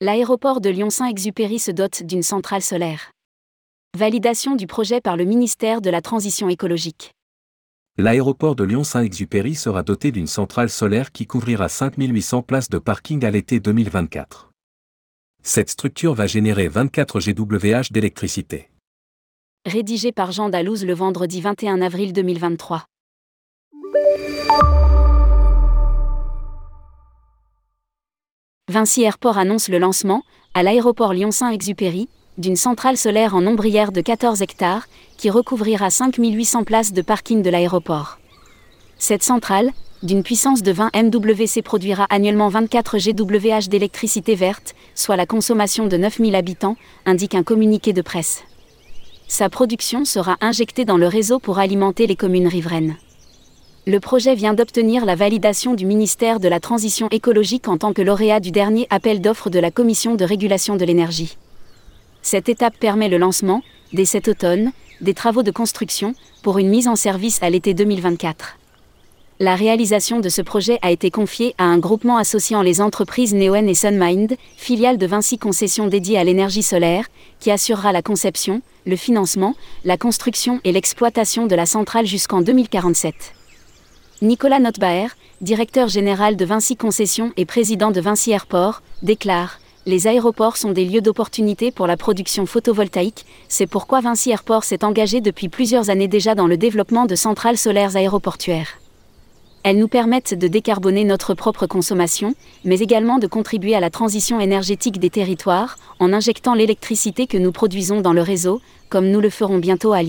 L'aéroport de Lyon-Saint-Exupéry se dote d'une centrale solaire. Validation du projet par le ministère de la Transition écologique. L'aéroport de Lyon-Saint-Exupéry sera doté d'une centrale solaire qui couvrira 5800 places de parking à l'été 2024. Cette structure va générer 24 GWh d'électricité. Rédigé par Jean Dalouse le vendredi 21 avril 2023. Vinci Airport annonce le lancement, à l'aéroport Lyon-Saint-Exupéry, d'une centrale solaire en ombrière de 14 hectares, qui recouvrira 5800 places de parking de l'aéroport. Cette centrale, d'une puissance de 20 MWc, produira annuellement 24 GWh d'électricité verte, soit la consommation de 9000 habitants, indique un communiqué de presse. Sa production sera injectée dans le réseau pour alimenter les communes riveraines. Le projet vient d'obtenir la validation du ministère de la Transition écologique en tant que lauréat du dernier appel d'offres de la Commission de régulation de l'énergie. Cette étape permet le lancement, dès cet automne, des travaux de construction, pour une mise en service à l'été 2024. La réalisation de ce projet a été confiée à un groupement associant les entreprises Neoen et Sunmind, filiale de Vinci Concessions dédiée à l'énergie solaire, qui assurera la conception, le financement, la construction et l'exploitation de la centrale jusqu'en 2047. Nicolas Notbaer, directeur général de Vinci Concessions et président de Vinci Airport, déclare « Les aéroports sont des lieux d'opportunité pour la production photovoltaïque, c'est pourquoi Vinci Airport s'est engagé depuis plusieurs années déjà dans le développement de centrales solaires aéroportuaires. Elles nous permettent de décarboner notre propre consommation, mais également de contribuer à la transition énergétique des territoires, en injectant l'électricité que nous produisons dans le réseau, comme nous le ferons bientôt à Lyon. »